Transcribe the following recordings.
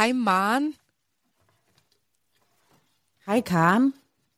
Hej Maren. Hej Karen.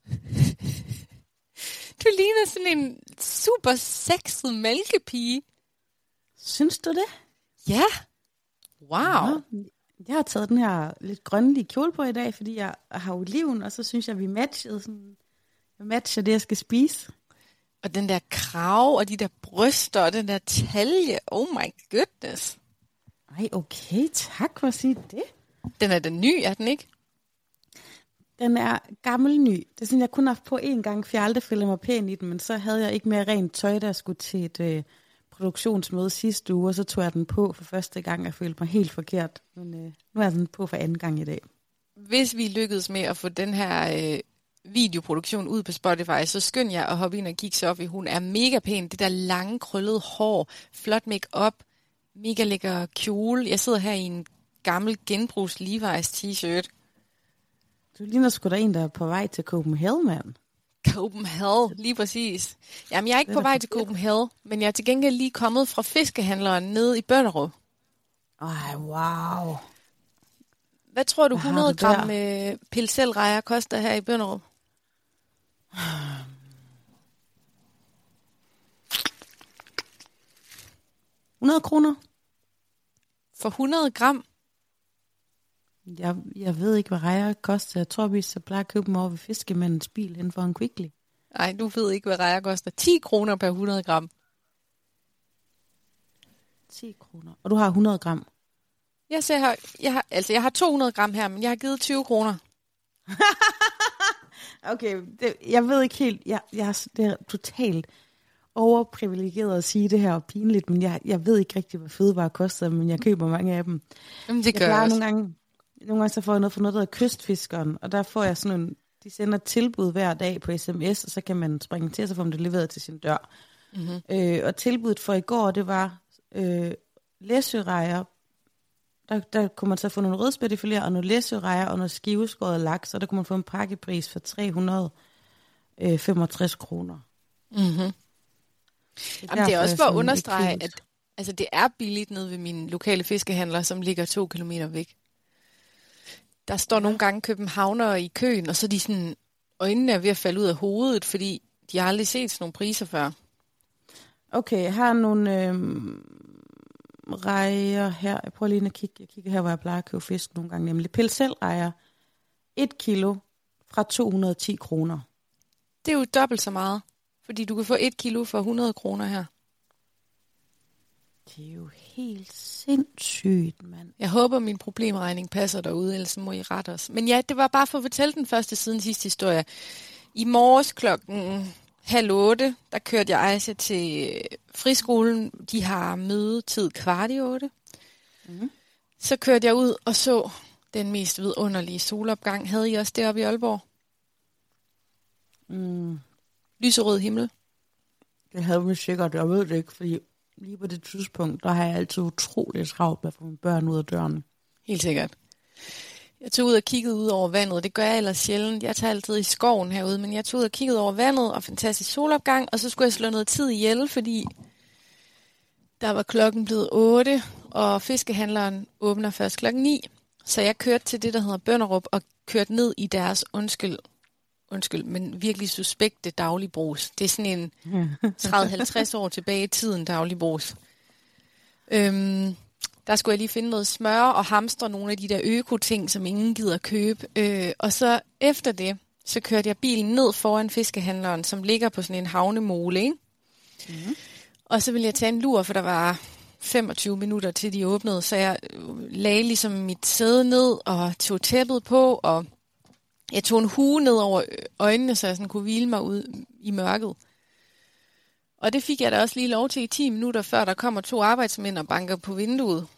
Du ligner sådan en super sexet mælkepige. Synes du det? Ja. Wow. Ja, jeg har taget den her lidt grønlige kjole på i dag, fordi jeg har oliven, og så synes jeg, vi matchede sådan. Jeg matcher det, jeg skal spise. Og den der krav, og de der bryster, og den der talje. Oh my goodness. Ej, okay, tak for at sige det. Den er den ny, er den ikke? Den er gammel ny. Det er sådan, jeg kun har haft på en gang, for jeg aldrig følte mig pæn i den, men så havde jeg ikke mere rent tøj, der skulle til et produktionsmøde sidste uge, og så tog jeg den på for første gang, og jeg følte mig helt forkert. Men nu er jeg den på for anden gang i dag. Hvis vi lykkedes med at få den her videoproduktion ud på Spotify, så skynd jer at hoppe ind og kigge så op i. Hun er mega pæn. Det der lange, krøllede hår, flot make-up, mega lækker kjole. Jeg sidder her i en gammel genbrugs Levi's t-shirt. Du ligner sgu da en, der er på vej til Copenhagen, mand. Copenhagen, lige præcis. Jamen, jeg er ikke på vej til Copenhagen, men jeg er til gengæld lige kommet fra fiskehandleren nede i Bønderup. Ej, wow. Hvad tror du 100 gram pilselrejer koster her i Bønderup? 100 kroner. For 100 gram? Jeg ved ikke, hvad rejer koster. Jeg tror, vi så plejer at købe dem over ved fiskemandens bil hen for en Kvickly. Nej, du ved ikke, hvad rejer koster. 10 kroner per 100 gram. 10 kroner. Og du har 100 gram. Jeg har 200 gram her, men jeg har givet 20 kroner. Okay, jeg ved ikke helt. Det er totalt overprivilegeret at sige det her og pinligt, men jeg ved ikke rigtig, hvad fødevarer koster, men jeg køber mange af dem. Jamen, det gør jeg også. Nogle gange så får jeg noget for noget, der hedder Kystfiskeren, og der får jeg sådan en, de sender tilbud hver dag på sms, og så kan man springe til, og så får man det leveret til sin dør. Mm-hmm. Og tilbuddet for i går, det var læsørejer. Der kunne man så få nogle rødspættefiléer og nogle læsørejer og noget skiveskåret laks, og der kunne man få en pakkepris for 365 kroner. Mm-hmm. Det er også for at understrege, at altså, det er billigt nede ved mine lokale fiskehandler, som ligger 2 kilometer væk. Der står nogle gange københavnere i køen, og så er de sådan, øjnene er ved at falde ud af hovedet, fordi de har aldrig set sådan nogle priser før. Okay, jeg har nogle rejer her. Jeg prøver lige at kigge. Jeg kigger her, hvor jeg plejer at købe fisk nogle gange, nemlig pilselrejer. 1 kilo fra 210 kroner. Det er jo dobbelt så meget, fordi du kan få 1 kilo for 100 kroner her. Det er jo helt sindssygt, mand. Jeg håber, min problemregning passer derude, ellers må I rette os. Men ja, det var bare for at fortælle den første siden sidste historie. I morges 7:30, der kørte jeg Aisha til friskolen. De har mødetid 7:15. Mm. Så kørte jeg ud og så den mest vidunderlige solopgang. Havde I også det oppe i Aalborg? Lyserød himmel. Det havde vi sikkert, jeg ved det ikke, fordi lige på det tidspunkt, der har jeg altid utroligt travlt med at få mine børn ud af døren. Helt sikkert. Jeg tog ud og kiggede ud over vandet. Det gør jeg ellers sjældent. Jeg tager altid i skoven herude, men jeg tog ud og kiggede over vandet og fantastisk solopgang, og så skulle jeg slå noget tid ihjel, fordi der var klokken blevet 8, og fiskehandleren åbner først klokken 9. Så jeg kørte til det, der hedder Bønderup, og kørte ned i deres undskyld, men virkelig suspekte dagligbrugs. Det er sådan en 30-50 år tilbage i tiden dagligbrugs. Der skulle jeg lige finde noget smør og hamstre nogle af de der øko-ting, som ingen gider købe. Og så efter det, så kørte jeg bilen ned foran fiskehandleren, som ligger på sådan en havnemole, ikke? Mm-hmm. Og så ville jeg tage en lur, for der var 25 minutter til de åbnede, så jeg lagde ligesom mit sæde ned og tog tæppet på, og jeg tog en hue ned over øjnene, så jeg sådan kunne hvile mig ud i mørket. Og det fik jeg da også lige lov til i 10 minutter, før der kommer 2 arbejdsmænd og banker på vinduet.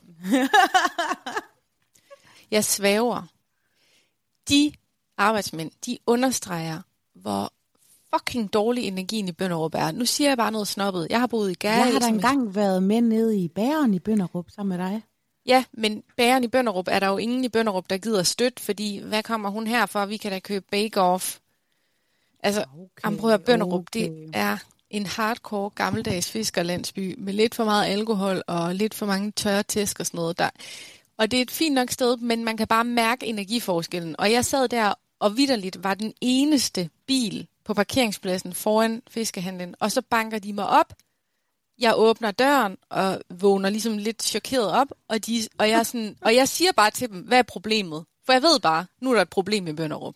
Jeg svæver. De arbejdsmænd, de understreger, hvor fucking dårlig energien i Bønderup er. Nu siger jeg bare noget snobbet. Jeg har boet i Gærø. Jeg har da engang været med nede i bageren i Bønderup sammen med dig. Ja, men bageren i Bønderup er der jo ingen i Bønderup, der gider støtte, fordi hvad kommer hun her for? Vi kan da købe bake-off. Altså, prøv at Bønderup, det er en hardcore gammeldags fiskerlandsby med lidt for meget alkohol og lidt for mange tørre tæsk og sådan noget. Og det er et fint nok sted, men man kan bare mærke energiforskellen. Og jeg sad der, og vitterligt var den eneste bil på parkeringspladsen foran fiskehandlen. Og så banker de mig op. Jeg åbner døren og vågner ligesom lidt chokeret op. Og jeg siger bare til dem, hvad er problemet? For jeg ved bare, nu er der et problem i Bønderup.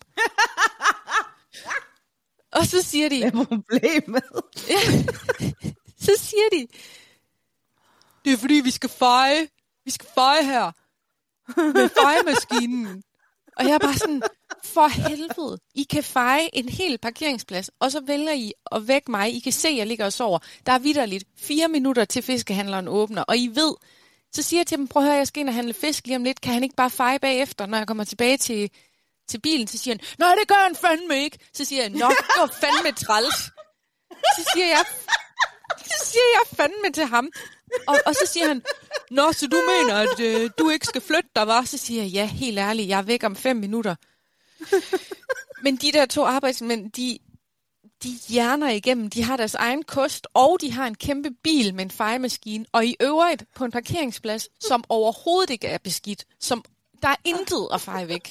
Og så siger de... Hvad er problemet? Så siger de, det er fordi, vi skal feje. Vi skal feje her. Med fejemaskinen. Og jeg er bare sådan, for helvede. I kan feje en hel parkeringsplads, og så vælger I at vække mig. I kan se, at jeg ligger og sover. Der er vitterligt 4 minutter til fiskehandleren åbner, og I ved, så siger jeg til dem, prøv at høre, jeg skal ind og handle fisk lige om lidt. Kan han ikke bare feje bagefter, når jeg kommer tilbage til bilen? Så siger han, nej, det gør han fandme ikke. Så siger jeg, nå, det var fandme træls. Så siger jeg fandme til ham. Og så siger han, nå, så du mener, at du ikke skal flytte dig, var? Så siger jeg, ja, helt ærligt, jeg er væk om 5 minutter. Men de der 2 arbejdsmænd, de hjerner igennem, de har deres egen kost, og de har en kæmpe bil med en fejemaskine, og i øvrigt på en parkeringsplads, som overhovedet ikke er beskidt, som der er intet at feje væk.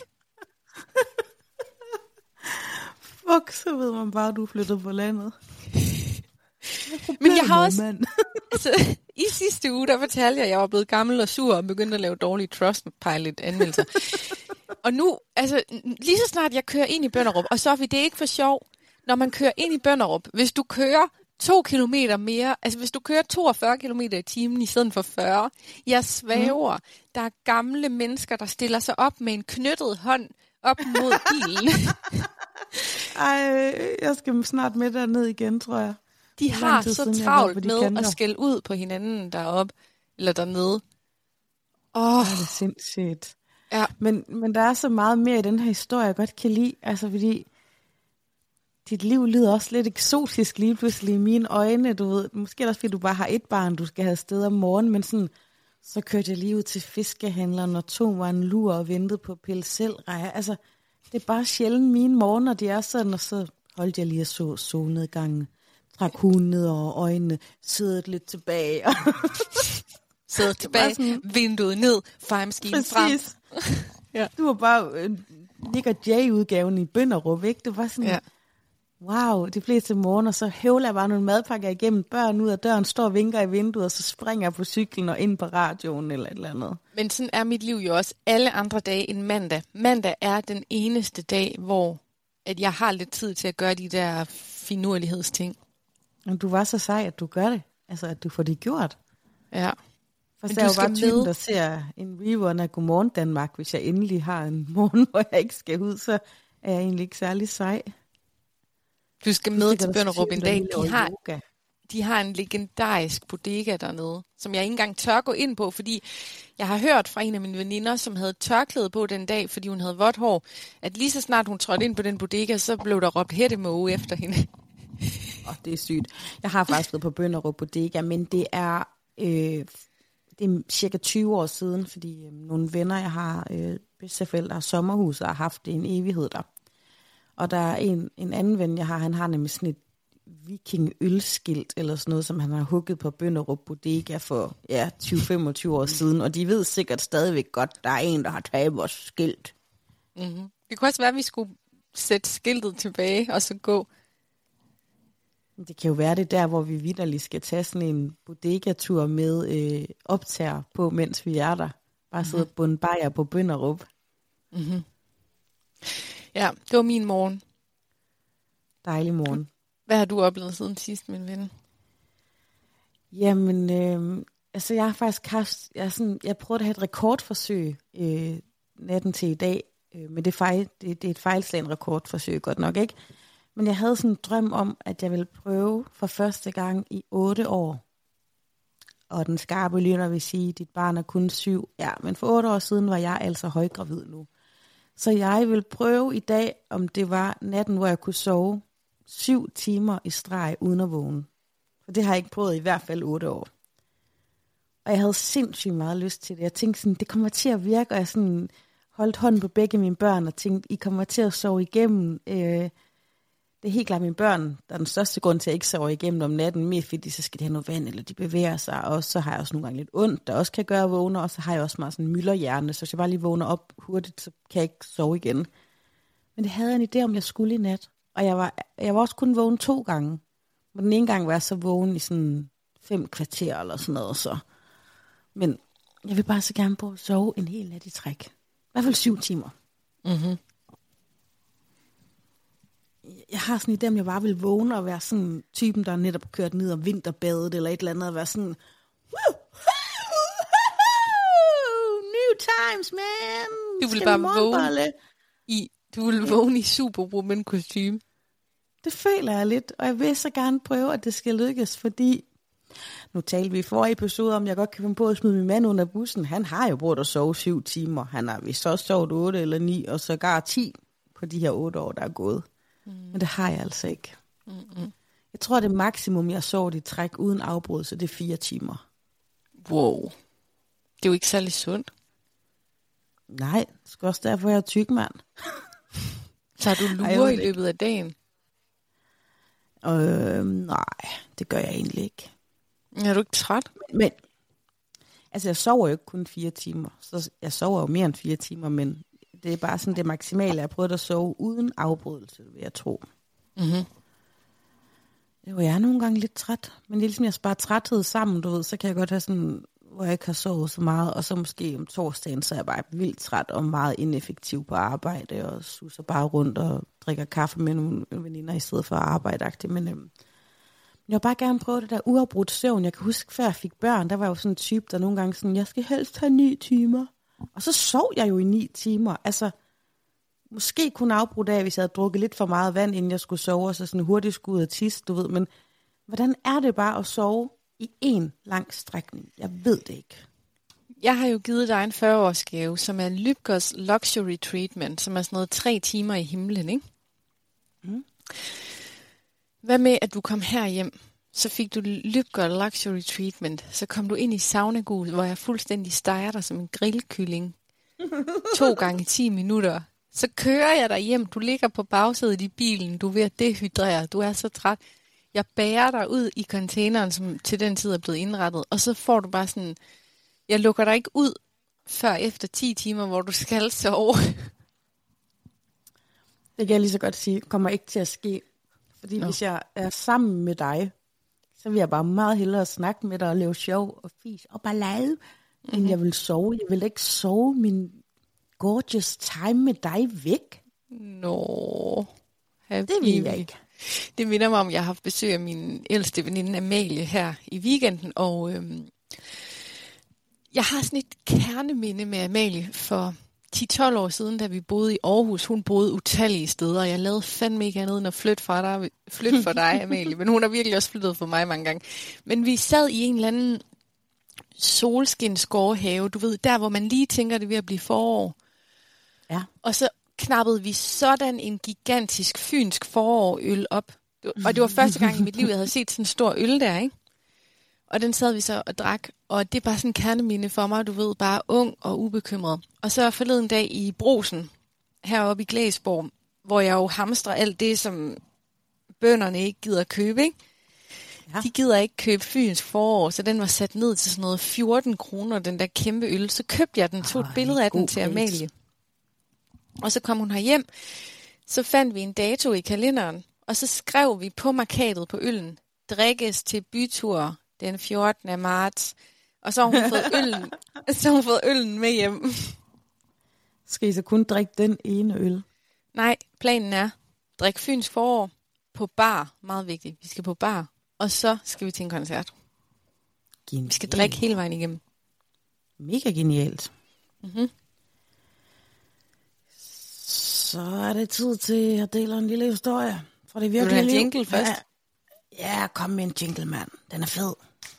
Fuck, så ved man bare, at du er flyttet på landet. Men jeg har også... Altså, i sidste uge, der fortalte jeg, at jeg var blevet gammel og sur og begyndte at lave dårlige Trustpilot-anmeldelser. Og nu, altså, lige så snart jeg kører ind i Bønderup, og Sofie, det er ikke for sjov, når man kører ind i Bønderup, hvis du kører 2 kilometer mere, altså hvis du kører 42 kilometer i timen i stedet for 40, jeg svæver, der er gamle mennesker, der stiller sig op med en knyttet hånd op mod bilen. Ej, jeg skal snart med derned igen, tror jeg. De har så travlt med at skælde ud på hinanden deroppe, eller dernede. Det er sindssygt. Ja. Men der er så meget mere i den her historie, jeg godt kan lide. Altså, fordi dit liv lyder også lidt eksotisk lige pludselig i mine øjne. Du ved, måske også fordi du bare har et barn, du skal have sted om morgenen, men sådan, så kørte jeg lige ud til fiskehandleren og tog mig en lur og ventede på pilselrejer. Altså, det er bare sjældent mine morgener, de er sådan, og så holdt jeg lige og så solnedgangen. Trak huden ned over øjnene, siddet lidt tilbage. Siddet tilbage, sådan... vinduet ned, fejemaskinen frem. Ja. Du var bare Nick og Jay-udgaven i Bønderup, ikke? Det var sådan, wow, de fleste morgener, så høvler jeg bare nogle madpakker igennem, børn ud af døren, står og vinker i vinduet, og så springer jeg på cyklen og ind på radioen eller et eller andet. Men sådan er mit liv jo også alle andre dage end mandag. Mandag er den eneste dag, hvor at jeg har lidt tid til at gøre de der finurlighedsting. Men du var så sej, at du gør det. Altså, at du får det gjort. Ja. For så er jo bare typen, der ser en rerun af Godmorgen Danmark. Hvis jeg endelig har en morgen, hvor jeg ikke skal ud, så er jeg egentlig ikke særlig sej. Du skal med til Bønderup en dag. De har en legendarisk bodega dernede, som jeg ikke engang tør gå ind på, fordi jeg har hørt fra en af mine veninder, som havde tørklæde på den dag, fordi hun havde vådt hår, at lige så snart hun trådte ind på den bodega, så blev der råbt hættemåge efter hende. Det er sygt. Jeg har faktisk været på Bønderup bodega, men det er cirka 20 år siden, fordi nogle venner, jeg har, bedsteforældre og sommerhus, har haft en evighed der. Og der er en anden ven, jeg har, han har nemlig sådan et vikingølskilt, eller sådan noget, som han har hugget på Bønderup bodega for 20-25 år siden, og de ved sikkert stadigvæk godt, der er en, der har taget vores skilt. Mm-hmm. Det kunne også være, at vi skulle sætte skiltet tilbage, og så gå. Det kan jo være det der, hvor vi vitterligt skal tage sådan en bodega-tur med optager på, mens vi er der. Bare sidde og bunde bajer på Bønderup. Mm-hmm. Ja, det var min morgen. Dejlig morgen. Hvad har du oplevet siden sidst, min ven? Jamen, altså jeg har faktisk haft, jeg prøvede at have et rekordforsøg natten til i dag, men det er et fejlslagen rekordforsøg, godt nok, ikke? Men jeg havde sådan en drøm om, at jeg ville prøve for første gang i 8 år. Og den skarpe lytter vil sige, at dit barn er kun 7. Ja, men for 8 år siden var jeg altså højgravid nu. Så jeg vil prøve i dag, om det var natten, hvor jeg kunne sove 7 timer i streg uden at vågne. For det har jeg ikke prøvet i hvert fald 8 år. Og jeg havde sindssygt meget lyst til det. Jeg tænkte sådan, det kommer til at virke, og jeg sådan holdt hånden på begge mine børn og tænkte, I kommer til at sove igennem det er helt klart mine børn, der er den største grund til, at jeg ikke sover igennem om natten, mere fordi så skal de have noget vand, eller de bevæger sig, og så har jeg også nogle gange lidt ondt, der også kan gøre vågne, og så har jeg også meget sådan en mylderhjerne, så hvis jeg bare lige vågner op hurtigt, så kan jeg ikke sove igen. Men det havde jeg en idé om, jeg skulle i nat, og jeg var også kun vågen 2 gange, og den ene gang var jeg så vågen i sådan 5 kvarter eller sådan noget, så. Men jeg vil bare så gerne på at sove en hel nat i træk. I hvert fald 7 timer. Mhm. Jeg har sådan en idé, om jeg bare vil vågne og være sådan typen, der netop kørt ned og vinterbadet eller et eller andet, og være sådan, new times, man. Du vil bare vågne i Superwoman-kostyme. Det føler jeg lidt, og jeg vil så gerne prøve, at det skal lykkes, fordi nu talte vi i forrige episode om, jeg godt kan finde på at smide min mand under bussen. Han har jo brugt at sove 7 timer. Han har vist også sovet 8 eller 9, og sågar 10 på de her 8 år, der er gået. Men det har jeg altså ikke. Jeg tror, det maksimum, jeg sover i træk uden afbrud, så det er 4 timer. Wow. Det er jo ikke særlig sundt. Nej, det skal også derfor, jeg er tyk, mand. Så har du lure i løbet af dagen? Nej, det gør jeg egentlig ikke. Er du ikke træt? Men, altså jeg sover jo ikke kun 4 timer. Så jeg sover jo mere end 4 timer, men det er bare sådan det maksimale. Jeg har prøvet at sove uden afbrydelse, vil jeg tro. Mhm. Jo, jeg er nogle gange lidt træt, men det er ligesom, jeg sparer træthed sammen, du ved, så kan jeg godt have sådan, hvor jeg ikke har sovet så meget, og så måske om torsdagen, så er jeg bare vildt træt og meget ineffektiv på arbejde, og suser bare rundt og drikker kaffe med nogle veninder i stedet for at arbejde. Men jeg vil bare gerne prøve det der uafbrudt søvn. Jeg kan huske, før jeg fik børn, der var jo sådan en type, der nogle gange sådan, jeg skal helst have 9 timer. Og så sov jeg jo i 9 timer. Altså, måske kunne afbrudt af, hvis jeg havde drukket lidt for meget vand, inden jeg skulle sove, og så sådan hurtigt skulle ud og tisse, du ved. Men hvordan er det bare at sove i en lang strækning? Jeg ved det ikke. Jeg har jo givet dig en 40-årsgave, som er Lybgers Luxury Treatment, som er sådan noget 3 timer i himlen, ikke? Mm. Hvad med, at du kom herhjem, så fik du Lybger Luxury Treatment, så kom du ind i saunagus, hvor jeg fuldstændig steger dig som en grillkylling. 2 gange 10 minutter. Så kører jeg dig hjem, du ligger på bagsædet i bilen, du er ved at dehydrere, du er så træt. Jeg bærer dig ud i containeren, som til den tid er blevet indrettet, og så får du bare sådan, jeg lukker dig ikke ud før efter 10 timer, hvor du skal sove. Det kan jeg lige så godt sige, kommer ikke til at ske. Fordi hvis jeg er sammen med dig, så vil jeg bare meget hellere snakke med dig og lave sjov og fis og ballade, end jeg vil sove. Jeg vil ikke sove min gorgeous time med dig væk. Det vil jeg ikke. Det minder mig om, at jeg har haft besøg af min ældste veninde Amalie her i weekenden, og jeg har sådan et kerneminde med Amalie for 10-12 år siden, da vi boede i Aarhus. Hun boede utallige steder, og jeg lavede fandme ikke andet end at flytte for dig, Amalie. Men hun har virkelig også flyttet for mig mange gange. Men vi sad i en eller anden solskinsgårdhave, du ved, der hvor man lige tænker, det er ved at blive forår. Ja. Og så knappede vi sådan en gigantisk fynsk forårøl op. Og det var første gang i mit liv, jeg havde set sådan en stor øl der, ikke? Og den sad vi så og drak, og det er bare sådan en kerneminde for mig, du ved, bare ung og ubekymret. Og så forleden dag i Brugsen, heroppe i Glæsborg, hvor jeg jo hamstrer alt det, som bønderne ikke gider købe, ikke? Ja. De gider ikke købe fynsk forår, så den var sat ned til sådan noget 14 kroner, den der kæmpe øl. Så købte jeg den, tog et billede af den til Amalie. Og så kom hun herhjem, så fandt vi en dato i kalenderen, og så skrev vi på markatet på øllen, drikkes til bytur den 14. marts. Og så har hun fået øllen, med hjem. Skal I så kun drikke den ene øl? Nej, planen er, drik fynsk forår på bar, meget vigtigt. Vi skal på bar, og så skal vi til en koncert. Genialt. Vi skal drikke hele vejen igennem. Mega genialt. Mhm. Så er det tid til at dele en lille historie. For det virkelig vil du have en jingle først? Ja, kom med en jingle, mand. Den er fed.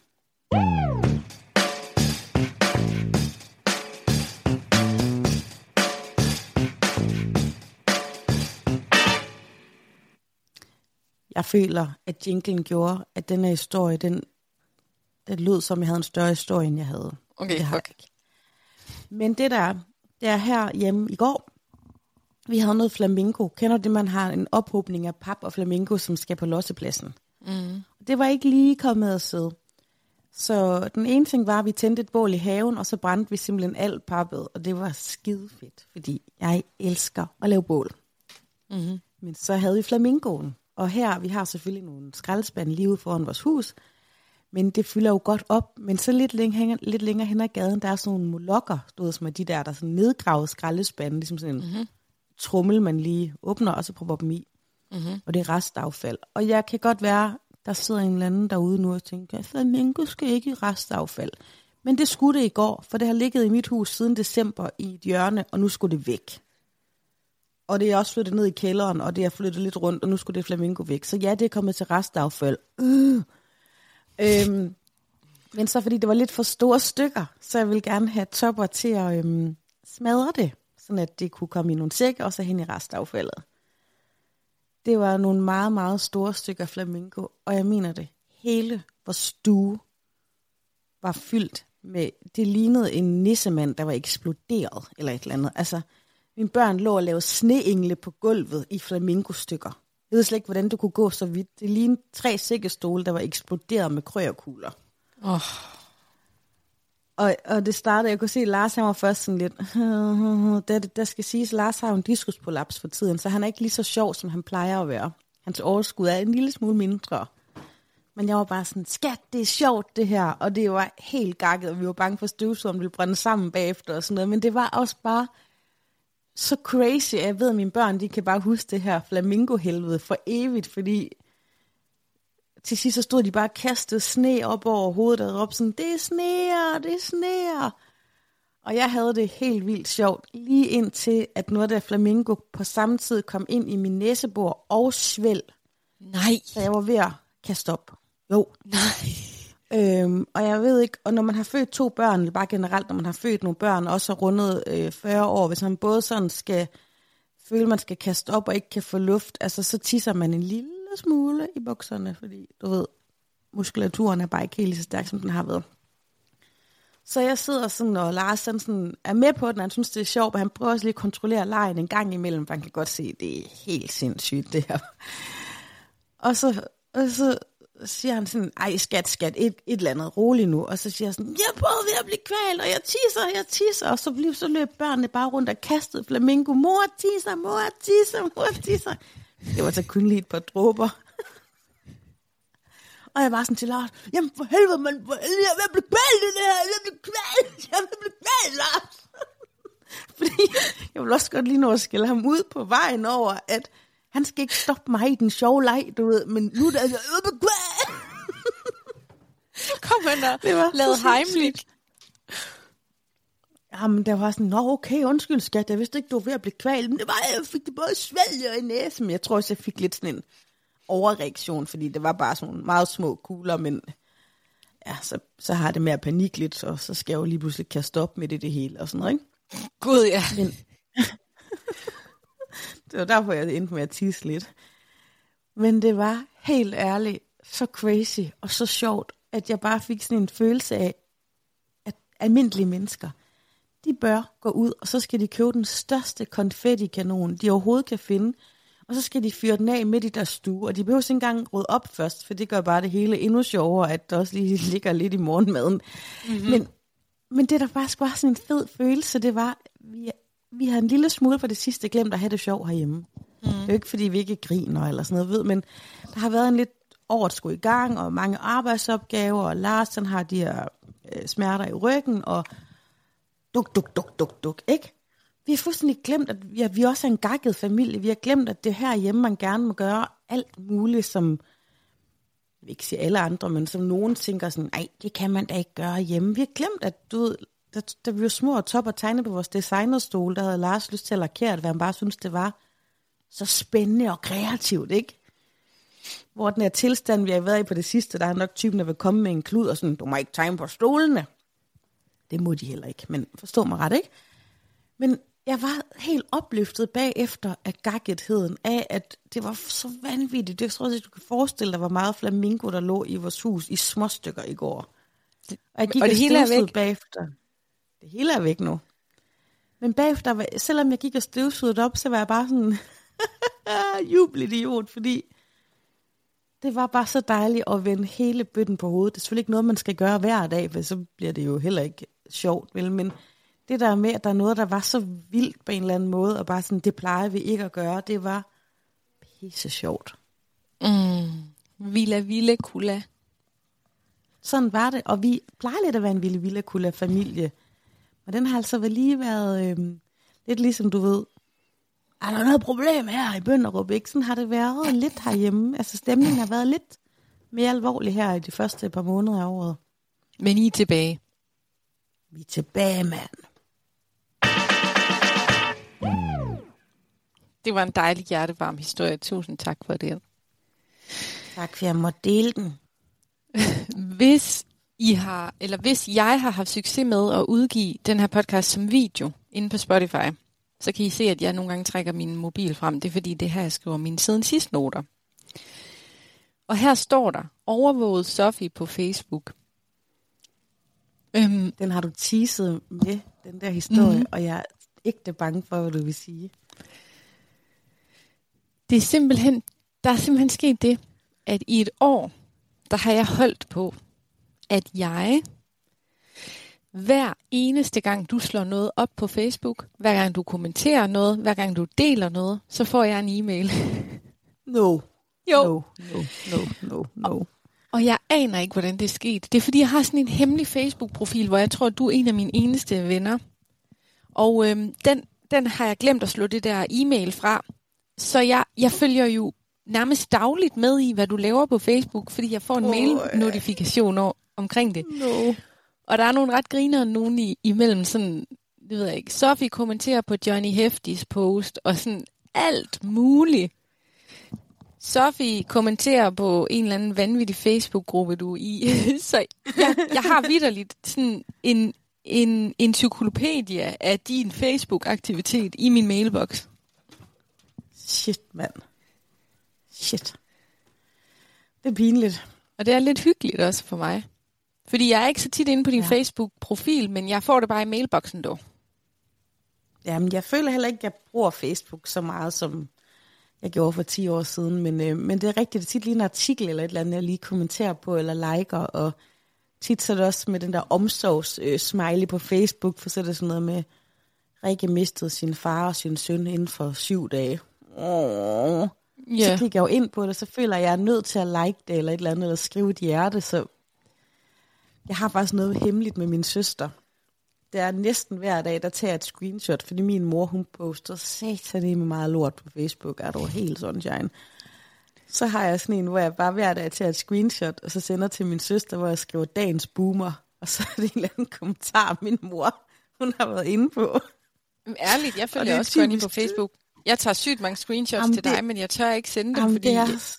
Jeg føler, at jinglen gjorde, at den her historie, den lød som, jeg havde en større historie, end jeg havde. Okay, det fuck. Men det er her hjemme i går, Vi havde noget flamingo. Kender det, man har en ophobning af pap og flamingo, som skal på lossepladsen? Det var ikke lige kommet at sidde. Så den ene ting var, at vi tændte et bål i haven, og så brændte vi simpelthen alt pappet. Og det var skide fedt, fordi jeg elsker at lave bål. Mm-hmm. Men så havde vi flamingoen. Og her, vi har selvfølgelig nogle skraldespande lige ude foran vores hus. Men det fylder jo godt op. Men så lidt længere hen ad gaden, der er sådan nogle molokker, stod som er de der sådan nedgravet skraldespande. Ligesom sådan en trummel, man lige åbner, og så propper dem i. Mm-hmm. Og det er restaffald. Og jeg kan godt være, der sidder en eller anden derude nu og tænker, flamingo skal ikke i restaffald. Men det skulle det i går, for det har ligget i mit hus siden december i et hjørne, og nu skulle det væk. Og det er også flyttet ned i kælderen, og det er flyttet lidt rundt, og nu skulle det flamingo væk. Så ja, det er kommet til restaffald. Men så fordi det var lidt for store stykker, så jeg ville gerne have topper til at smadre det, sådan at det kunne komme i nogle sække, og så hen i restaffaldet. Det var nogle meget, meget store stykker flamingo, og jeg mener det, hele vores stue var fyldt med, det lignede en nissemand, der var eksploderet, eller et eller andet. Altså, mine børn lå og lavede sneengle på gulvet i flamingostykker. Jeg ved slet ikke, hvordan det kunne gå så vidt. Det lignede 3 sækkestole, der var eksploderet med krøjerkugler. Og det startede, jeg kunne se, at Lars han var først sådan lidt, der skal siges, at Lars har en diskusprolaps for tiden, så han er ikke lige så sjov, som han plejer at være. Hans overskud er en lille smule mindre. Men jeg var bare sådan, skat, det er sjovt det her, og det var helt gakket, og vi var bange for støvsugeren, ville brænde sammen bagefter og sådan noget, men det var også bare så crazy, jeg ved, at mine børn, de kan bare huske det her flamingo-helvede for evigt, fordi til sidst så stod de bare og kastede sne op over hovedet og råbte sådan, det er sneer. Og jeg havde det helt vildt sjovt, lige indtil, at noget af flamingo på samme tid kom ind i min næsebor og svæld. Nej. Så jeg var ved at kaste op. Jo. Nej. Og jeg ved ikke, og når man har født 2 børn, eller bare generelt, når man har født nogle børn, også har rundet 40 år, hvis man både sådan skal føle, man skal kaste op og ikke kan få luft, altså så tisser man en lille smule i bukserne, fordi du ved, muskulaturen er bare ikke helt så stærk, som den har været. Så jeg sidder sådan, og Lars sådan er med på den, han synes, det er sjovt, og han prøver også lige at kontrollere lejen en gang imellem, for han kan godt se, at det er helt sindssygt, det her. Og så siger han sådan, ej skat, et eller andet, rolig nu. Og så siger jeg sådan, jeg er både ved at blive kvalt, og jeg tisser. Og så løb børnene bare rundt og kastede flamingo. Mor tisser. Det var så kun lige et par dråber. Og jeg var sådan til Lars, jamen for helvede, man, jeg vil blive kvalt i det her, jeg vil blive kvalt, Lars. Fordi jeg vil også godt lige nå at skælde ham ud på vejen over, at han skal ikke stoppe mig i den sjove leg, du ved, men nu der er kom han og lavede Heimlich. Jamen, der var sådan, okay, undskyld skat, jeg vidste ikke, du var ved at blive kvalt, men det var, jeg fik det både svælge og i næsen, men jeg tror også, jeg fik lidt sådan en overreaktion, fordi det var bare sådan nogle meget små kugler, men ja, så har det mere panik lidt, og så skal jeg jo lige pludselig kaste op midt i det hele, og sådan noget, ikke? Gud, ja. Men det var derfor, jeg endte med at tisse lidt. Men det var helt ærligt så crazy og så sjovt, at jeg bare fik sådan en følelse af, at almindelige mennesker, de bør gå ud, og så skal de købe den største konfettikanon, de overhovedet kan finde, og så skal de fyre den af midt i deres stue, og de behøver ikke engang rydde op først, for det gør bare det hele endnu sjovere, at der også lige ligger lidt i morgenmaden. Mm-hmm. Men det der faktisk var sådan en fed følelse, det var, vi har en lille smule for det sidste glemt at have det sjov herhjemme. Mm. Det er jo ikke, fordi vi ikke griner eller sådan noget, men der har været en lidt overskud i gang, og mange arbejdsopgaver, og Lars han har de her smerter i ryggen, og duk, ikke? Vi har fuldstændig glemt, at vi også er en gakket familie. Vi har glemt, at det her hjemme, man gerne må gøre alt muligt, som, jeg vil ikke sige alle andre, men som nogen tænker sådan, nej, det kan man da ikke gøre hjemme. Vi har glemt, at du ved, da vi var små og top og tegne på vores designerstol, der havde Lars lyst til at lakere det, hvad han bare synes det var så spændende og kreativt, ikke? Hvor den her tilstand, vi har været i på det sidste, der er nok typen, der vil komme med en klud og sådan, du må ikke tegne på stolene. Det må de heller ikke, men forstå mig ret, ikke? Men jeg var helt opløftet bagefter af gakketheden af, at det var så vanvittigt. Det tror jeg, du kan forestille dig, hvor meget flamingo, der lå i vores hus i små stykker i går. Og jeg gik og det hele er væk bagefter. Det hele er væk nu. Men bagefter, selvom jeg gik og støvsugede op, så var jeg bare sådan jubelidiot, fordi det var bare så dejligt at vende hele bøtten på hovedet. Det er selvfølgelig ikke noget, man skal gøre hver dag, for så bliver det jo heller ikke sjovt, vel? Men det der med, at der er noget, der var så vildt på en eller anden måde, og bare sådan, det plejer vi ikke at gøre, det var pisse sjovt. Villa Kulla. Sådan var det, og vi plejer lidt at være en Villa Kulla-familie. Og den har altså lige været lidt ligesom, du ved, er der noget problem her i Bønderup, ikke? Sådan har det været lidt herhjemme. Altså stemningen har været lidt mere alvorlig her i de første par måneder af året. Men I er tilbage. Vi er tilbage, mand. Det var en dejlig hjertevarm historie. Tusind tak for det. Tak for, at jeg måtte dele den. Hvis jeg har haft succes med at udgive den her podcast som video inde på Spotify, så kan I se, at jeg nogle gange trækker min mobil frem. Det er fordi, det her jeg skriver mine siden sidst noter. Og her står der, overvåget Sofie på Facebook. Den har du teaset med, den der historie, og jeg er ikke bange for, hvad du vil sige. Der er simpelthen sket det, at i et år, der har jeg holdt på, at jeg hver eneste gang, du slår noget op på Facebook, hver gang du kommenterer noget, hver gang du deler noget, så får jeg en e-mail. No. Jo. No. Og jeg aner ikke, hvordan det er sket. Det er fordi, jeg har sådan en hemmelig Facebook-profil, hvor jeg tror, at du er en af mine eneste venner. Og den har jeg glemt at slå det der e-mail fra. Så jeg følger jo nærmest dagligt med i, hvad du laver på Facebook, fordi jeg får en mail-notifikation omkring det. No. Og der er nogle ret grinere nogen imellem sådan, det ved jeg ikke, Sofie kommenterer på Johnny Heftis post, og sådan alt muligt. Sofie kommenterer på en eller anden vanvittig Facebook-gruppe, du er i. Så jeg har vitterligt sådan en encyklopædie af din Facebook-aktivitet i min mailbox. Shit, mand. Shit. Det er pinligt. Og det er lidt hyggeligt også for mig. Fordi jeg er ikke så tit inde på din Facebook-profil, men jeg får det bare i mailboxen dog. Jamen, jeg føler heller ikke, at jeg bruger Facebook så meget, som jeg gjorde for 10 år siden. Men det er rigtigt, det er tit lige en artikel eller et eller andet, jeg lige kommenterer på eller liker. Og tit så er det også med den der omsorgs-smiley på Facebook, for så er det sådan noget med, Rikke mistede sin far og sin søn inden for 7 dage. Så klikker jeg jo ind på det, så føler jeg er nødt til at like det eller et eller andet, eller skrive et hjerte, så jeg har faktisk noget hemmeligt med min søster. Det er næsten hver dag, der tager jeg et screenshot, fordi min mor, hun poster satan med meget lort på Facebook, er du helt sunshine. Så har jeg sådan en, hvor jeg bare hver dag tager et screenshot, og så sender til min søster, hvor jeg skriver dagens boomer, og så er det en eller anden kommentar, min mor, hun har været inde på. Ærligt, jeg følger også Connie på Facebook. Jeg tager sygt mange screenshots til dig, men jeg tør ikke sende dem, fordi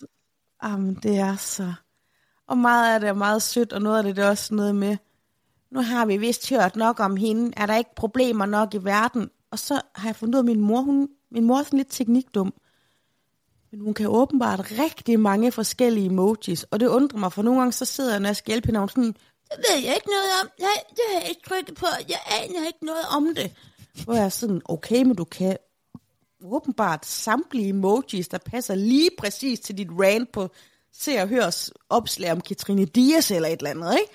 det er så. Og meget af det er meget sødt, og noget af det er også noget med, nu har vi vist hørt nok om hende, er der ikke problemer nok i verden? Og så har jeg fundet ud af, min mor er sådan lidt teknikdum, men hun kan åbenbart rigtig mange forskellige emojis, og det undrer mig, for nogle gange så sidder jeg, når jeg skal hjælpe hende, og sådan, det ved jeg ikke noget om, det har jeg ikke trykket på, jeg aner ikke noget om det. Hvor jeg er sådan, okay, men du kan åbenbart samtlige emojis, der passer lige præcis til dit rant på Se og Hørs opslag om Katrine Dias eller et eller andet, ikke?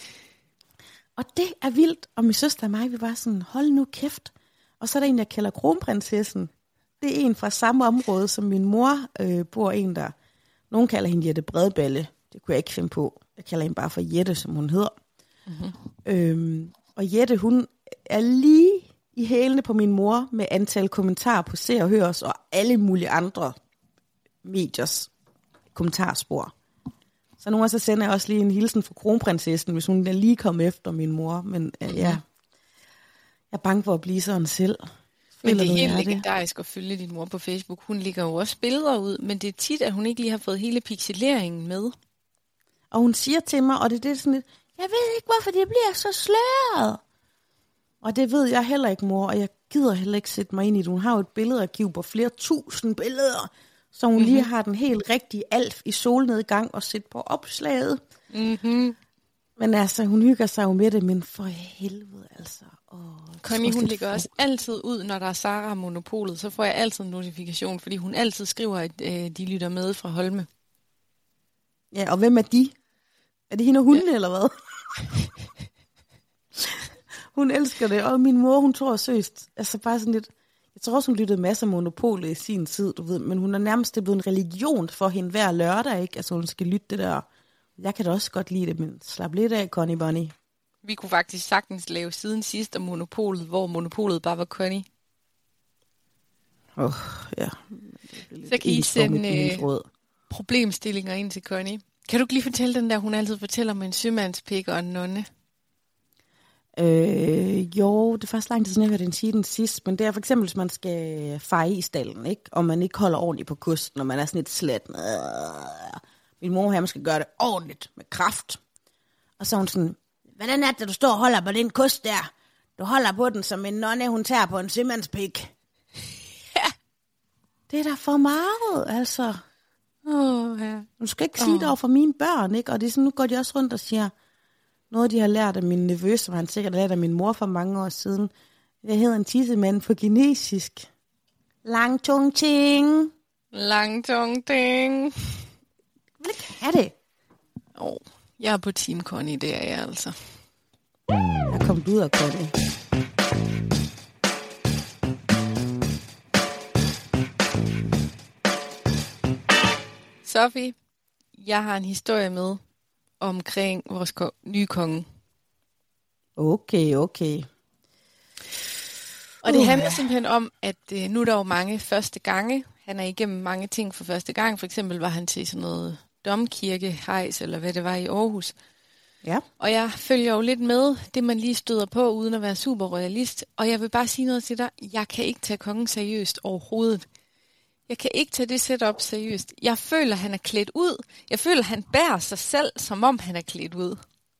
Og det er vildt, og min søster og mig, vi var sådan, hold nu kæft. Og så er der en, jeg kalder Kronprinsessen. Det er en fra samme område, som min mor bor en der. Nogen kalder hende Jette Bredballe. Det kunne jeg ikke finde på. Jeg kalder hende bare for Jette, som hun hedder. Mm-hmm. Og Jette, hun er lige i hælene på min mor med antal kommentarer på Se og Hørs og alle mulige andre mediers kommentarspor. Så nogle gange så sender jeg også lige en hilsen fra Kronprinsessen, hvis hun er lige kommet efter min mor. Men jeg er bange for at blive sådan selv. Men det er helt legendarisk at følge din mor på Facebook. Hun lægger jo også billeder ud, men det er tit, at hun ikke lige har fået hele pixeleringen med. Og hun siger til mig, og det er sådan lidt, jeg ved ikke, hvorfor det bliver så sløret. Og det ved jeg heller ikke, mor, og jeg gider heller ikke sætte mig ind i det. Hun har jo et billedarkiv på flere tusind billeder, så hun lige har den helt rigtige Alf i solnedgang og sætte på opslaget. Mm-hmm. Men altså, hun hygger sig jo med det, men for helvede altså. Connie, hun lægger også altid ud, når der er Sara Monopolet, så får jeg altid en notifikation, fordi hun altid skriver, at de lytter med fra Holme. Ja, og hvem er de? Er det hende og hunde, eller hvad? Hun elsker det, og min mor, hun tror søst, altså bare sådan lidt, jeg tror også, hun lyttede masser af Monopolet i sin tid, du ved, men hun er nærmest blevet en religion for hende hver lørdag, ikke? Altså hun skal lytte det der. Jeg kan da også godt lide det, men slap lidt af, Connie Bonnie. Vi kunne faktisk sagtens lave siden sidst om Monopolet, hvor Monopolet bare var Connie. Ja. Så kan I sende problemstillinger ind til Connie. Kan du ikke lige fortælle den der, hun altid fortæller med en sømandspik og en nonne? Jo, det er faktisk lang tid siden, jeg hørte den sige den sidst, men det er for eksempel, hvis man skal feje i stallen, ikke? Og man ikke holder ordentligt på kosten, og man er sådan lidt slet. Min mor her, man skal gøre det ordentligt, med kraft. Og så er hun sådan, hvordan er det, du står og holder på den kost der? Du holder på den, som en nonne, hun tager på en sømandspik. Ja. Det er da for meget, altså. Ja. Du skal ikke sige det over for mine børn, ikke? Og det er sådan, nu går de også rundt og siger, noget de har lært af min nevø, som han sikkert har lært af min mor for mange år siden. Det hedder en tissemand på kinesisk. Lang tung ting. Lang tung ting. Jeg vil ikke have det. Jeg er på Team Connie, det er jeg altså. Jeg kom ud af Connie. Sofie, jeg har en historie med omkring vores nye konge. Okay. Og det handler simpelthen om, at nu er der jo mange første gange. Han er igennem mange ting for første gang. For eksempel var han til sådan noget domkirkehejs, eller hvad det var i Aarhus. Ja. Og jeg følger jo lidt med det, man lige støder på, uden at være super royalist. Og jeg vil bare sige noget til dig. Jeg kan ikke tage kongen seriøst overhovedet. Jeg kan ikke tage det setup seriøst. Jeg føler, han er klædt ud. Jeg føler, han bærer sig selv, som om han er klædt ud.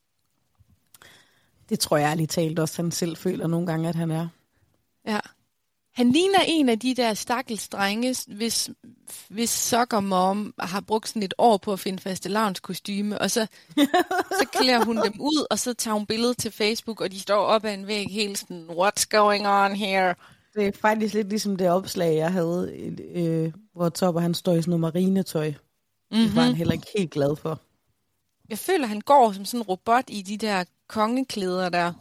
Det tror jeg ærligt talt også, han selv føler nogle gange, at han er. Ja. Han ligner en af de der stakkels drenge, hvis soccermom har brugt sådan et år på at finde fastelavnskostyme, og så klæder hun dem ud, og så tager hun billedet til Facebook, og de står op ad en væg helt sådan, what's going on here? Det er faktisk lidt ligesom det opslag, jeg havde, hvor Topper han står i sådan noget marinetøj. Mm-hmm. Det var han heller ikke helt glad for. Jeg føler, han går som sådan en robot i de der kongeklæder der.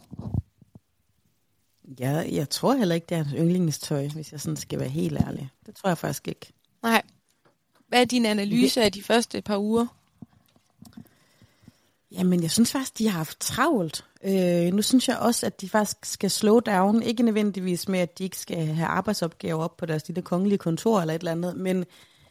Ja, jeg tror heller ikke, det er hans yndlingstøj, hvis jeg sådan skal være helt ærlig. Det tror jeg faktisk ikke. Nej. Hvad er din analyse af de første par uger? Jamen, jeg synes faktisk, de har haft travlt. Nu synes jeg også, at de faktisk skal slow down. Ikke nødvendigvis med, at de ikke skal have arbejdsopgaver op på deres lille kongelige kontor eller et eller andet. Men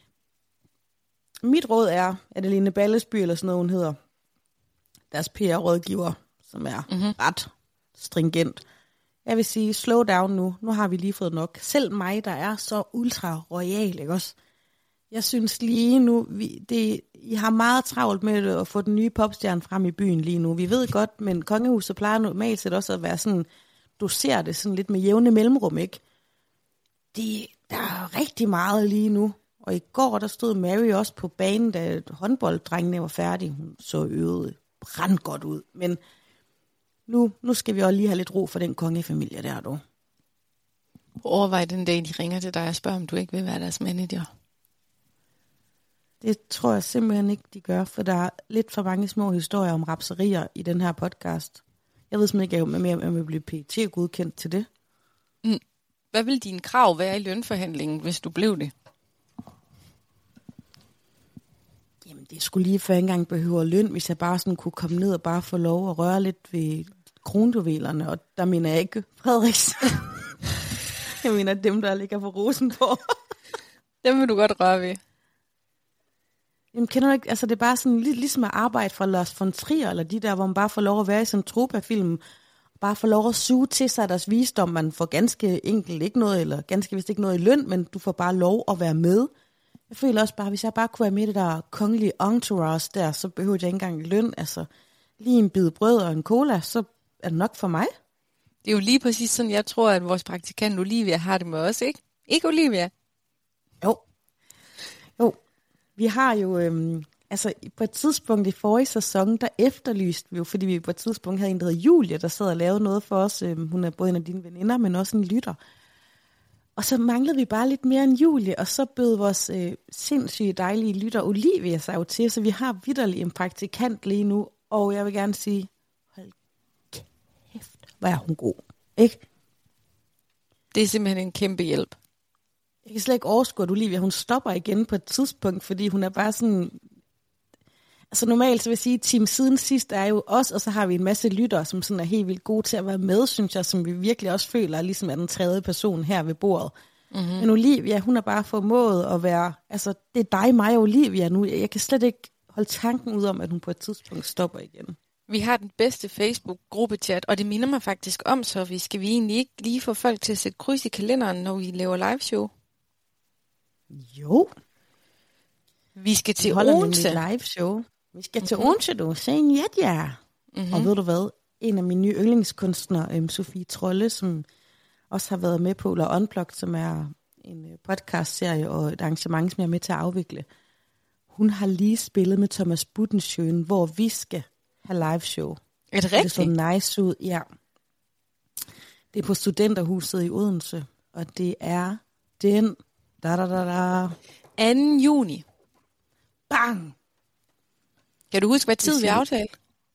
mit råd er, at Adeline Ballesby eller sådan noget, hun hedder, deres PR-rådgiver, som er ret stringent. Jeg vil sige, slow down nu. Nu har vi lige fået nok. Selv mig, der er så ultra-royal, ikke også? Jeg synes lige nu, I har meget travlt med at få den nye popstjerne frem i byen lige nu. Vi ved godt, men kongehuset plejer normalt set også at være sådan, du ser det sådan lidt med jævne mellemrum, ikke? Der er rigtig meget lige nu. Og i går, der stod Mary også på banen, da håndbolddrengene var færdige. Hun så øvet brandgodt ud. Men nu skal vi også lige have lidt ro for den kongefamilie der, du. Overvej den dag, de ringer til dig og spørger, om du ikke vil være deres manager. Det tror jeg simpelthen ikke, de gør, for der er lidt for mange små historier om rapserier i den her podcast. Jeg ved simpelthen ikke, om jeg vil blive PET-godkendt til det. Hvad vil dine krav være i lønforhandlingen, hvis du blev det? Jamen, det skulle lige før jeg engang behøver løn, hvis jeg bare sådan kunne komme ned og bare få lov at røre lidt ved kronjuvelerne, og der mener jeg ikke Frederiks. Jeg mener dem, der ligger på Rosenborg. Dem vil du godt røre ved. Jamen, kender du ikke, altså det er bare sådan ligesom at arbejde for Lars von Trier, eller de der, hvor man bare får lov at være i sådan en Tropa-film, bare får lov at suge til sig deres visdom. Man får ganske enkelt ikke noget, eller ganske vist ikke noget i løn, men du får bare lov at være med. Jeg føler også bare, hvis jeg bare kunne være med i det der kongelige entourage der, så behøver jeg ikke engang løn. Altså, lige en bid brød og en cola, så er det nok for mig. Det er jo lige præcis sådan, jeg tror, at vores praktikant Olivia har det med os, ikke? Ikke Olivia? Jo. Vi har jo altså på et tidspunkt i forrige sæson, der efterlyste vi jo, fordi vi på et tidspunkt havde en, der hed Julie, der sad og lavede noget for os. Hun er både en af dine veninder, men også en lytter. Og så manglede vi bare lidt mere end Julie, og så bød vores sindssyge dejlige lytter Olivia sig jo til, så vi har vitterlig en praktikant lige nu, og jeg vil gerne sige, hold kæft, hvor er hun god, ikke? Det er simpelthen en kæmpe hjælp. Jeg kan slet ikke overskue, at Olivia, hun stopper igen på et tidspunkt, fordi hun er bare sådan... Altså normalt, så vil jeg sige, at team siden sidst er jo os, og så har vi en masse lyttere, som sådan er helt vildt gode til at være med, synes jeg, som vi virkelig også føler, ligesom er den tredje person her ved bordet. Mm-hmm. Men Olivia, hun har bare formået at være... Altså, det er dig, mig og Olivia nu. Jeg kan slet ikke holde tanken ud om, at hun på et tidspunkt stopper igen. Vi har den bedste Facebook-gruppechat, og det minder mig faktisk om, så vi skal vi egentlig ikke lige få folk til at sætte kryds i kalenderen, når vi laver liveshow? Jo. Vi skal til Odense. Live show. Vi skal til Odense, du. Se en ja. Og ved du hvad? En af mine nye yndlingskunstnere, Sofie Trolle, som også har været med på La Unplugged, som er en podcastserie og et arrangement, som jeg er med til at afvikle. Hun har lige spillet med Thomas Budensjøen, hvor vi skal have live show. Er det rigtigt? Det så nice ud, ja. Det er på Studenterhuset i Odense, og det er den 2. juni. Bang! Kan du huske, hvad tid vi aftalte?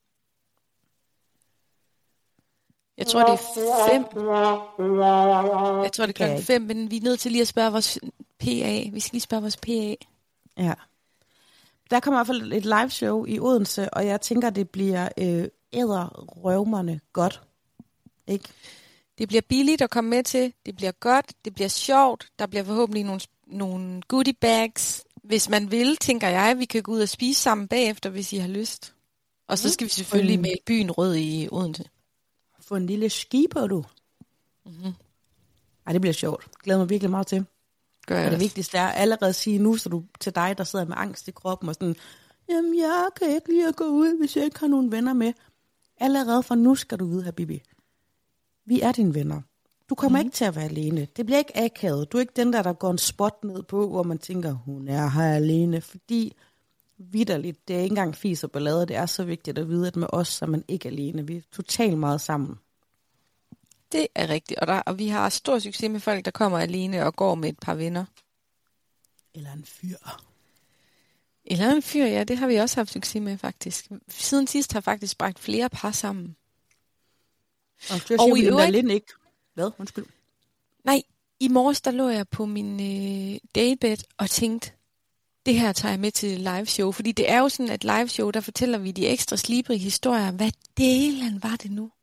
Jeg tror, det er 5. Jeg tror, det er 5, men vi er nødt til lige at spørge vores PA. Vi skal lige spørge vores PA. Ja. Der kommer i hvert fald et live show i Odense, og jeg tænker, det bliver æderrøvmerne godt. Ikke? Det bliver billigt at komme med til. Det bliver godt. Det bliver sjovt. Der bliver forhåbentlig nogle goodie bags. Hvis man vil, tænker jeg, vi kan gå ud og spise sammen bagefter, hvis I har lyst. Og så skal vi selvfølgelig male byen rød i Odense. Få en lille ski på, du. Mm-hmm. Ej, det bliver sjovt. Glæder mig virkelig meget til. Og det vigtigste er allerede at sige nu, så du til dig, der sidder med angst i kroppen og sådan, jamen jeg kan ikke lide at gå ud, hvis jeg ikke har nogen venner med. Allerede fra nu skal du vide, Habibi. Vi er dine venner. Du kommer ikke til at være alene. Det bliver ikke akavet. Du er ikke den der går en spot ned på, hvor man tænker, hun er her alene. Fordi vitterligt, det er ikke engang fis og ballade. Det er så vigtigt at vide, at med os er man ikke alene. Vi er totalt meget sammen. Det er rigtigt. Og vi har stor succes med folk, der kommer alene og går med et par venner. Eller en fyr. Eller en fyr, ja. Det har vi også haft succes med, faktisk. Siden sidst har faktisk bragt flere par sammen. Og i øvrigt ikke. Hvad? Undskyld. Nej, i morges der lå jeg på min daybed og tænkte, det her tager jeg med til live show. Fordi det er jo sådan, at live show, der fortæller vi de ekstra slibrige historier. Hvad delen var det nu?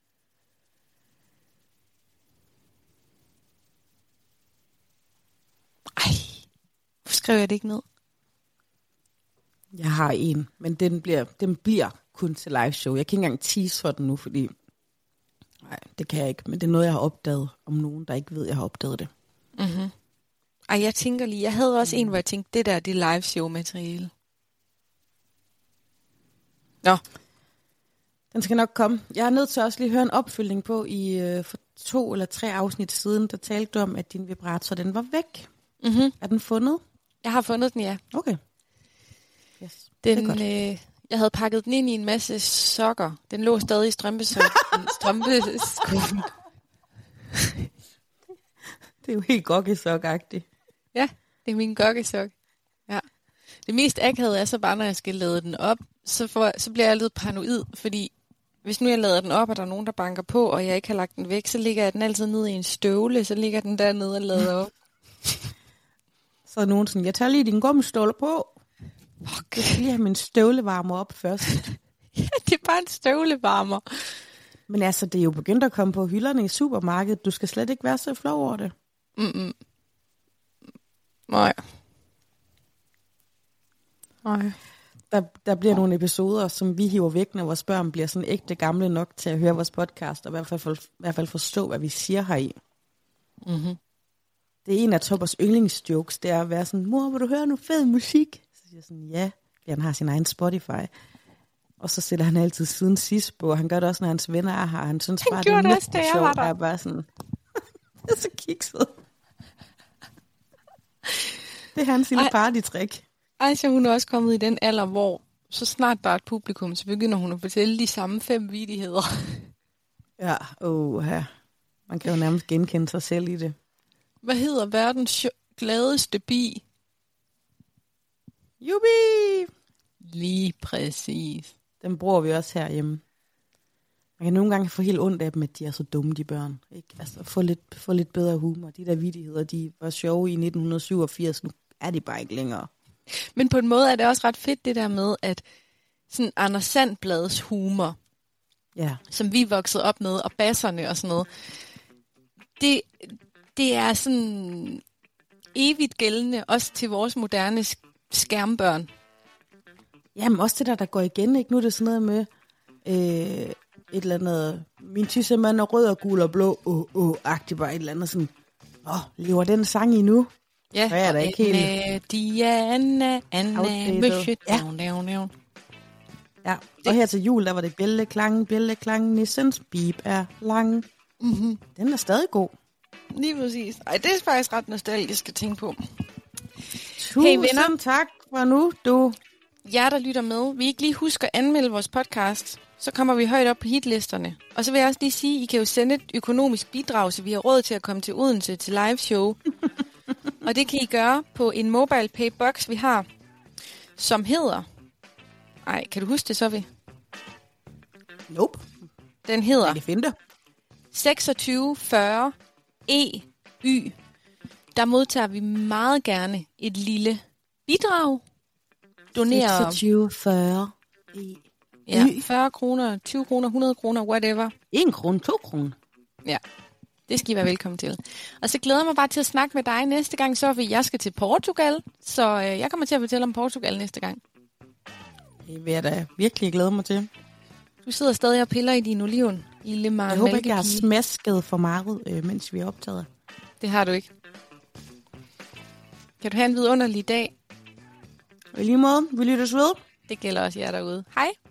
Ej, hvor skriver jeg det ikke ned? Jeg har en, men den bliver kun til live show. Jeg kan ikke engang tease for den nu, fordi... Nej, det kan jeg ikke, men det er noget, jeg har opdaget om nogen, der ikke ved, jeg har opdaget det. Mm-hmm. Ej, jeg tænker lige, jeg havde også en, hvor jeg tænkte, det er live show materiale. Nå. Den skal nok komme. Jeg er nødt til også lige høre en opfølgning på, for 2 eller 3 afsnit siden, der talte du om, at din vibrator, den var væk. Mm-hmm. Er den fundet? Jeg har fundet den, ja. Okay. Yes. Jeg havde pakket den ind i en masse sokker. Den lå stadig i strømpeskuffen. Det er jo helt gokkesok-agtigt. Ja, det er min gokkesok. Ja. Det mest akavede er så bare, når jeg skal lade den op, så bliver jeg lidt paranoid, fordi hvis nu jeg lader den op, og der er nogen, der banker på, og jeg ikke har lagt den væk, så ligger jeg den altid nede i en støvle, så ligger den dernede og lader op. Så er nogen sådan, jeg tager lige din gummistøvle på. Fuck. Jeg skal lige have min støvlevarmer op først. Ja, det er bare en støvlevarmer. Men altså, det er jo begyndt at komme på hylderne i supermarkedet. Du skal slet ikke være så flov over det. Mm-mm. Nej. Der bliver nogle episoder, som vi hiver væk, når vores børn bliver sådan ægte gamle nok til at høre vores podcast, og i hvert fald forstå, hvad vi siger heri. Mm-hmm. Det er en af Toppers yndlingsjokes, det er at være sådan, mor, vil du høre noget fed musik? Så siger jeg sådan, ja, fordi han har sin egen Spotify. Og så sætter han altid siden sidst på, og han gør det også, når hans venner er her. Han synes bare, det er næsten sjovt, og er bare sådan, det er så kikset. Det er hans lille partytrick. Aisha, hun er også kommet i den alder, hvor så snart der er et publikum, så begynder hun at fortælle de samme 5 vittigheder. Ja, man kan jo nærmest genkende sig selv i det. Hvad hedder verdens gladeste bi? Jubi! Lige præcis. Den bruger vi også herhjemme. Man kan nogle gange få helt ondt af dem, at de er så dumme, de børn. Ikke? Altså, få lidt bedre humor. De der vittigheder, de var sjove i 1987, nu er de bare ikke længere. Men på en måde er det også ret fedt, det der med, at sådan Anders Sandblads humor, ja, som vi voksede op med, og basserne og sådan noget, det er sådan evigt gældende, også til vores moderne skærmbørn. Jamen også det der går igen, ikke? Nu er det sådan noget med et eller andet, min tissemand er rød og gul og blå, agtigt bare et eller andet sådan, lever den sang endnu? Ja, så er der ikke helt... Diana, Anna, Møsje, down. Ja, og her til jul, der var det bjælleklang, nissens bip er lang. Mm-hmm. Den er stadig god. Lige præcis. Ej, det er faktisk ret nostalgisk at tænke på. Tusind tak for nu, du. Jer, der lytter med, vi ikke lige huske at anmelde vores podcast, så kommer vi højt op på hitlisterne. Og så vil jeg også lige sige, I kan jo sende et økonomisk bidrag, så vi har råd til at komme til Odense til live show. Og det kan I gøre på en mobile pay box, vi har, som hedder... Ej, kan du huske det, så vi? Nope. Den hedder... Jeg kan finde det. 2640 EY. Der modtager vi meget gerne et lille bidrag. Donerer... 2640 EY. Ja, 40 kroner, 20 kroner, 100 kroner, whatever. 1 krone, 2 kroner. Ja, det skal I være velkommen til. Og så glæder jeg mig bare til at snakke med dig næste gang, Sofie. Jeg skal til Portugal, så jeg kommer til at fortælle om Portugal næste gang. Det vil jeg da virkelig glæde mig til. Du sidder stadig og piller i din oliven, lille Maren. Jeg håber ikke, jeg har smasket for meget, mens vi er optaget. Det har du ikke. Kan du have en vidunderlig dag? I lige måde, vi lyttes ved. Det gælder også jer derude. Hej.